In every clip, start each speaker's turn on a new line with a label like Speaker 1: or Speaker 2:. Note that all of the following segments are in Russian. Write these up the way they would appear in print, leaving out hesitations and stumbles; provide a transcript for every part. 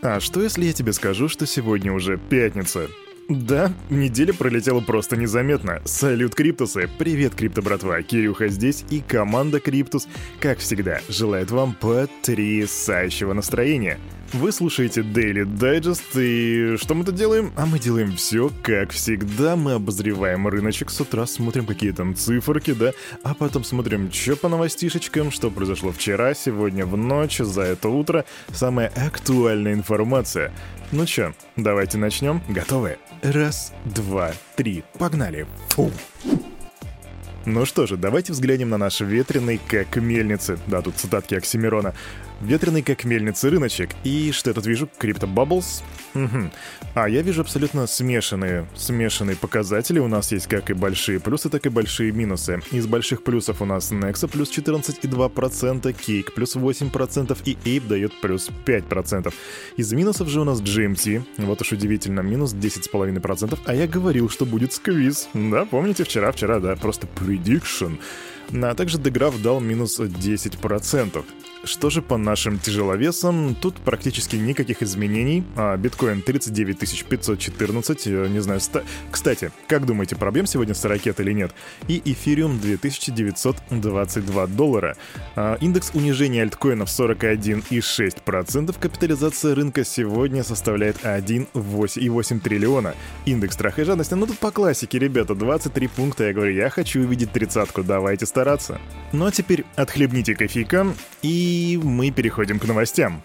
Speaker 1: А что если я тебе скажу, что сегодня уже пятница? Да, неделя пролетела просто незаметно. Салют, Криптусы! Привет, Крипто-братва! Кирюха здесь, и команда Криптус, как всегда, желает вам потрясающего настроения. Вы слушаете Daily Digest, и что мы тут делаем? А мы делаем все, как всегда. Мы обозреваем рыночек с утра, смотрим, какие там циферки, да, а потом смотрим, что по новостишечкам, что произошло вчера, сегодня в ночь, за это утро. Самая актуальная информация. Ну чё, давайте начнем. Готовы? Раз, два, три, погнали! Фу! Ну что же, давайте взглянем на наш ветреный как мельницы. Да, тут цитатки Оксимирона. Ветреный как мельницы рыночек. И что я тут вижу? Crypto Bubbles? Угу. А я вижу абсолютно смешанные показатели. У нас есть как и большие плюсы, так и большие минусы. Из больших плюсов у нас Nexa плюс 14,2%, Cake плюс 8% и Ape дает плюс 5%. Из минусов же у нас GMT, вот уж удивительно, минус 10,5%. А я говорил, что будет сквиз. Да, помните, вчера, да, просто prediction. А также Degraph дал минус 10%. Что же по нашим тяжеловесам? Тут практически никаких изменений. Биткоин 39 514, не знаю. Кстати, как думаете, пробьем сегодня 40 или нет? И эфириум 2922 доллара. Индекс унижения альткоинов 41,6%. Капитализация рынка сегодня составляет 1,8 триллиона. Индекс страха и жадности, ну тут по классике, ребята, 23 пункта. Я говорю, я хочу увидеть 30-ку, давайте стараться. Ну а теперь отхлебните кофейка, и мы переходим к новостям.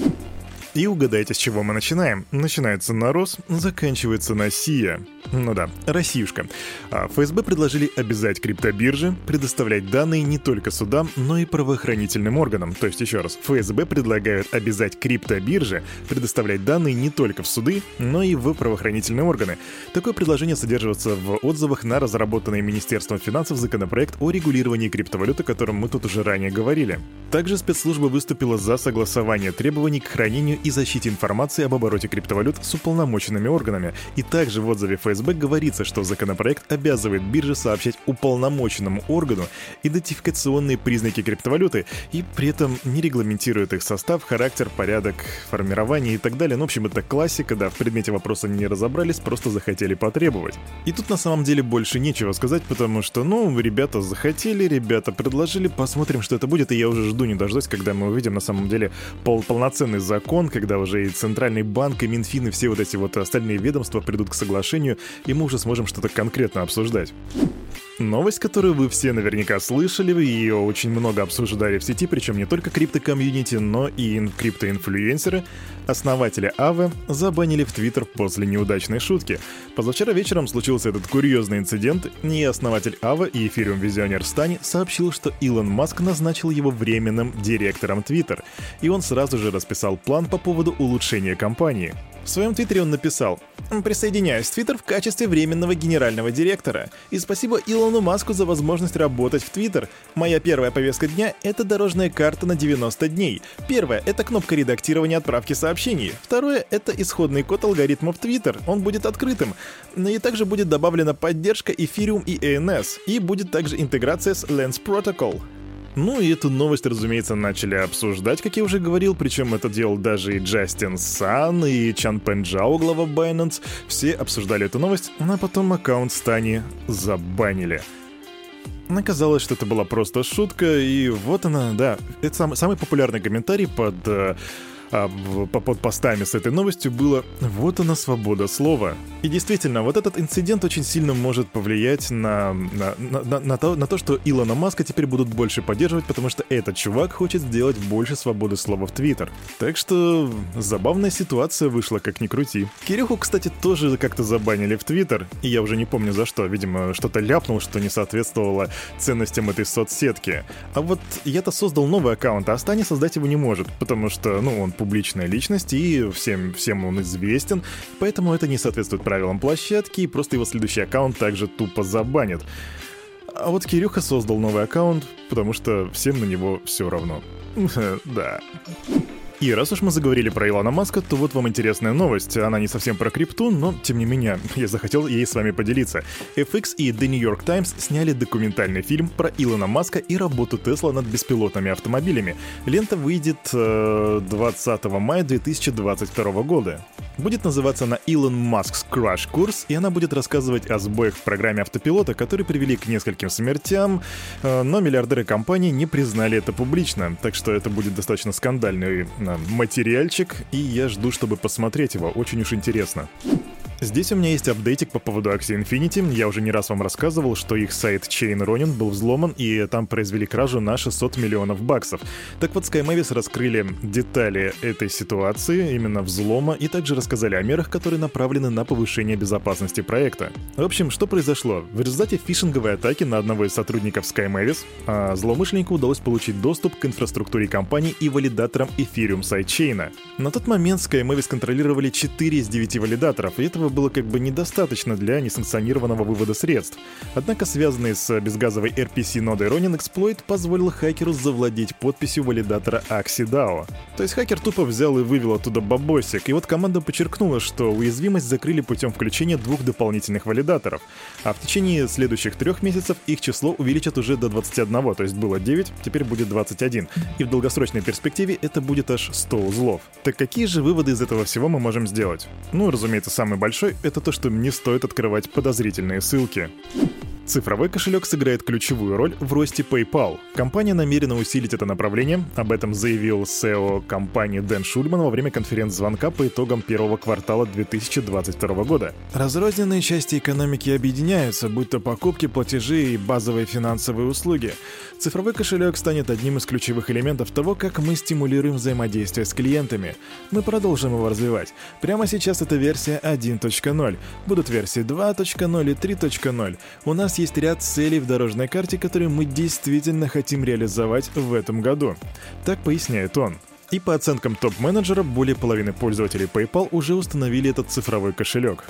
Speaker 1: И угадайте, с чего мы начинаем. Начинается на РОС, заканчивается на СИА. Ну да, Россиюшка. ФСБ предложили обязать криптобиржи предоставлять данные не только судам, но и правоохранительным органам. То есть, еще раз, ФСБ предлагают обязать криптобиржи предоставлять данные не только в суды, но и в правоохранительные органы. Такое предложение содержится в отзывах на разработанный Министерством финансов законопроект о регулировании криптовалют, о котором мы тут уже ранее говорили. Также спецслужба выступила за согласование требований к хранению и защите информации об обороте криптовалют с уполномоченными органами. И также в отзыве ФСБ говорится, что законопроект обязывает биржи сообщать уполномоченному органу идентификационные признаки криптовалюты и при этом не регламентирует их состав, характер, порядок формирования и так далее. Ну, в общем, это классика, да, в предмете вопроса не разобрались, просто захотели потребовать. И тут на самом деле больше нечего сказать, потому что, ребята захотели, ребята предложили, посмотрим, что это будет, и я уже жду не дождусь, когда мы увидим на самом деле полноценный закон, когда уже и Центральный банк, и Минфин, и все вот эти вот остальные ведомства придут к соглашению, и мы уже сможем что-то конкретно обсуждать. Новость, которую вы все наверняка слышали, вы ее очень много обсуждали в сети, причем не только крипто-комьюнити, но и крипто-инфлюенсеры. Основателя Aave забанили в Твиттер после неудачной шутки. Позавчера вечером случился этот курьезный инцидент, и основатель Aave и эфириум-визионер Стани сообщил, что Илон Маск назначил его временным директором Твиттер, и он сразу же расписал план по поводу улучшения компании. В своем твиттере он написал: «Присоединяюсь в Твиттер в качестве временного генерального директора. И спасибо Илону Маску за возможность работать в Твиттер. Моя первая повестка дня — это дорожная карта на 90 дней. Первое — это кнопка редактирования отправки сообщений. Второе — это исходный код алгоритмов Твиттер. Он будет открытым. И также будет добавлена поддержка Ethereum и ENS. И будет также интеграция с Lens Protocol». Ну и эту новость, разумеется, начали обсуждать, как я уже говорил, причем это делал даже и Джастин Сан, и Чан Пенджао, глава Binance. Все обсуждали эту новость, а потом аккаунт Стани забанили. Оказалось, что это была просто шутка, и вот она, да, это самый популярный комментарий под постами с этой новостью было: «Вот она, свобода слова». И действительно, вот этот инцидент очень сильно может повлиять на то, что Илона Маска теперь будут больше поддерживать, потому что этот чувак хочет сделать больше свободы слова в Твиттер. Так что забавная ситуация вышла, как ни крути. Кирюху, кстати, тоже как-то забанили в Твиттер, и я уже не помню за что. Видимо, что-то ляпнул, что не соответствовало ценностям этой соцсетки. А вот я-то создал новый аккаунт, а Стани создать его не может, потому что, он публичная личность, и всем он известен, поэтому это не соответствует правилам площадки, и просто его следующий аккаунт также тупо забанят. А вот Кирюха создал новый аккаунт, потому что всем на него все равно. Да. И раз уж мы заговорили про Илона Маска, то вот вам интересная новость. Она не совсем про крипту, но тем не менее, я захотел ей с вами поделиться. FX и The New York Times сняли документальный фильм про Илона Маска и работу Tesla над беспилотными автомобилями. Лента выйдет 20 мая 2022 года. Будет называться она Elon Musk's Crash Course, и она будет рассказывать о сбоях в программе автопилота, которые привели к нескольким смертям, но миллиардеры компании не признали это публично, так что это будет достаточно скандальный материальчик, и я жду, чтобы посмотреть его, очень уж интересно. Здесь у меня есть апдейтик по поводу акций Infinity. Я уже не раз вам рассказывал, что их сайт Chain Ronin был взломан, и там произвели кражу на 600 миллионов баксов. Так вот, Sky Mavis раскрыли детали этой ситуации, именно взлома, и также рассказали о мерах, которые направлены на повышение безопасности проекта. В общем, что произошло? В результате фишинговой атаки на одного из сотрудников Sky Mavis злоумышленнику удалось получить доступ к инфраструктуре компании и валидаторам Ethereum сайдчейна. На тот момент Sky Mavis контролировали 4 из 9 валидаторов, и этого было как бы недостаточно для несанкционированного вывода средств. Однако связанный с безгазовой RPC-нодой Ronin эксплойт позволил хакеру завладеть подписью валидатора Axie DAO. То есть хакер тупо взял и вывел оттуда бабосик, и вот команда подчеркнула, что уязвимость закрыли путем включения 2 дополнительных валидаторов, а в течение следующих 3 месяцев их число увеличат уже до 21, то есть было 9, теперь будет 21, и в долгосрочной перспективе это будет аж 100 узлов. Так какие же выводы из этого всего мы можем сделать? Ну, разумеется, самый большой — это то, что не стоит открывать подозрительные ссылки. Цифровой кошелек сыграет ключевую роль в росте PayPal. Компания намерена усилить это направление, об этом заявил CEO компании Дэн Шульман во время конференц-звонка по итогам первого квартала 2022 года. Разрозненные части экономики объединяются, будь то покупки, платежи и базовые финансовые услуги. Цифровой кошелек станет одним из ключевых элементов того, как мы стимулируем взаимодействие с клиентами. Мы продолжим его развивать. Прямо сейчас это версия 1.0. Будут версии 2.0 и 3.0. У нас есть ряд целей в дорожной карте, которые мы действительно хотим реализовать в этом году. Так поясняет он. И по оценкам топ-менеджера, более половины пользователей PayPal уже установили этот цифровой кошелек.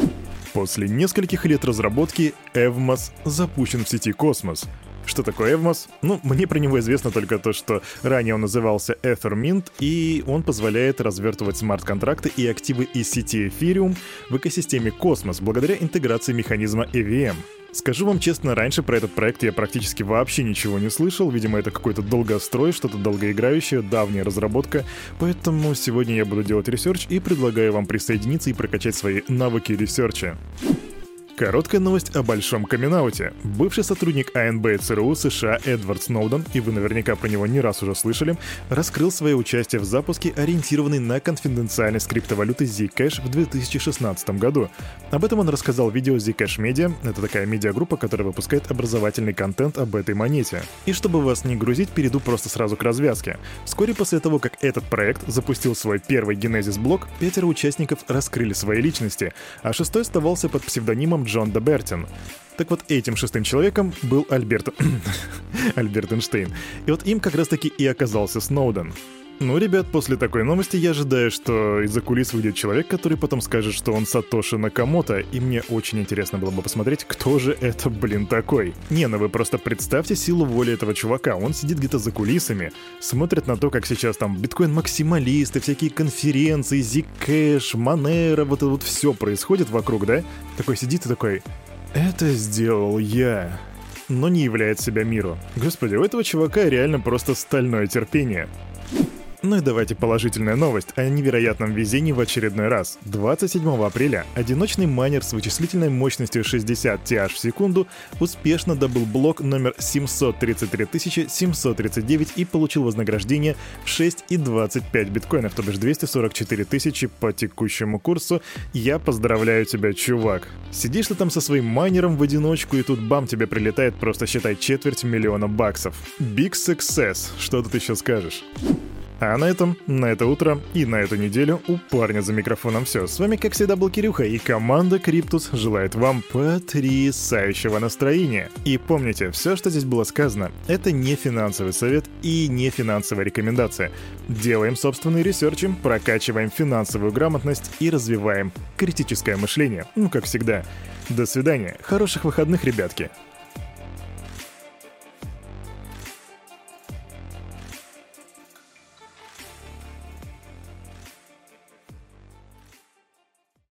Speaker 1: После нескольких лет разработки Evmos запущен в сети Cosmos. Что такое Evmos? Ну, мне про него известно только то, что ранее он назывался Ethermint, и он позволяет развертывать смарт-контракты и активы из сети Ethereum в экосистеме Cosmos благодаря интеграции механизма EVM. Скажу вам честно, раньше про этот проект я практически вообще ничего не слышал, видимо, это какой-то долгострой, что-то долгоиграющее, давняя разработка, поэтому сегодня я буду делать ресерч и предлагаю вам присоединиться и прокачать свои навыки ресерча. Короткая новость о большом камин-ауте. Бывший сотрудник АНБ и ЦРУ США Эдвард Сноуден, и вы наверняка про него не раз уже слышали, раскрыл свое участие в запуске, ориентированной на конфиденциальность криптовалюты Zcash в 2016 году. Об этом он рассказал в видео Zcash Media, это такая медиагруппа, которая выпускает образовательный контент об этой монете. И чтобы вас не грузить, перейду просто сразу к развязке. Вскоре после того, как этот проект запустил свой первый Genesis-блок, 5 участников раскрыли свои личности, а 6-й оставался под псевдонимом Джон Дебертин. Так вот, этим 6-м человеком был Альберт Эйнштейн. И вот им как раз-таки и оказался Сноуден. Ну, ребят, после такой новости я ожидаю, что из-за кулис выйдет человек, который потом скажет, что он Сатоши Накамото, и мне очень интересно было бы посмотреть, кто же это, такой. Не, ну вы просто представьте силу воли этого чувака, он сидит где-то за кулисами, смотрит на то, как сейчас там биткоин-максималисты, всякие конференции, Zcash, Monero, вот это вот все происходит вокруг, да? Такой сидит и такой: это сделал я. Но не являет себя миру. Господи, у этого чувака реально просто стальное терпение. Ну и давайте положительная новость о невероятном везении в очередной раз. 27 апреля одиночный майнер с вычислительной мощностью 60 TH в секунду успешно добыл блок номер 733 739 и получил вознаграждение в 6,25 биткоинов, то бишь 244 тысячи по текущему курсу. Я поздравляю тебя, чувак. Сидишь ты там со своим майнером в одиночку, и тут бам, тебе прилетает просто, считай, $250 000 баксов. Big success, что тут еще скажешь? А на это утро и на эту неделю у парня за микрофоном все. С вами, как всегда, был Кирюха, и команда Криптус желает вам потрясающего настроения. И помните, все, что здесь было сказано, это не финансовый совет и не финансовая рекомендация. Делаем собственные ресерчи, прокачиваем финансовую грамотность и развиваем критическое мышление. Ну, как всегда. До свидания. Хороших выходных, ребятки.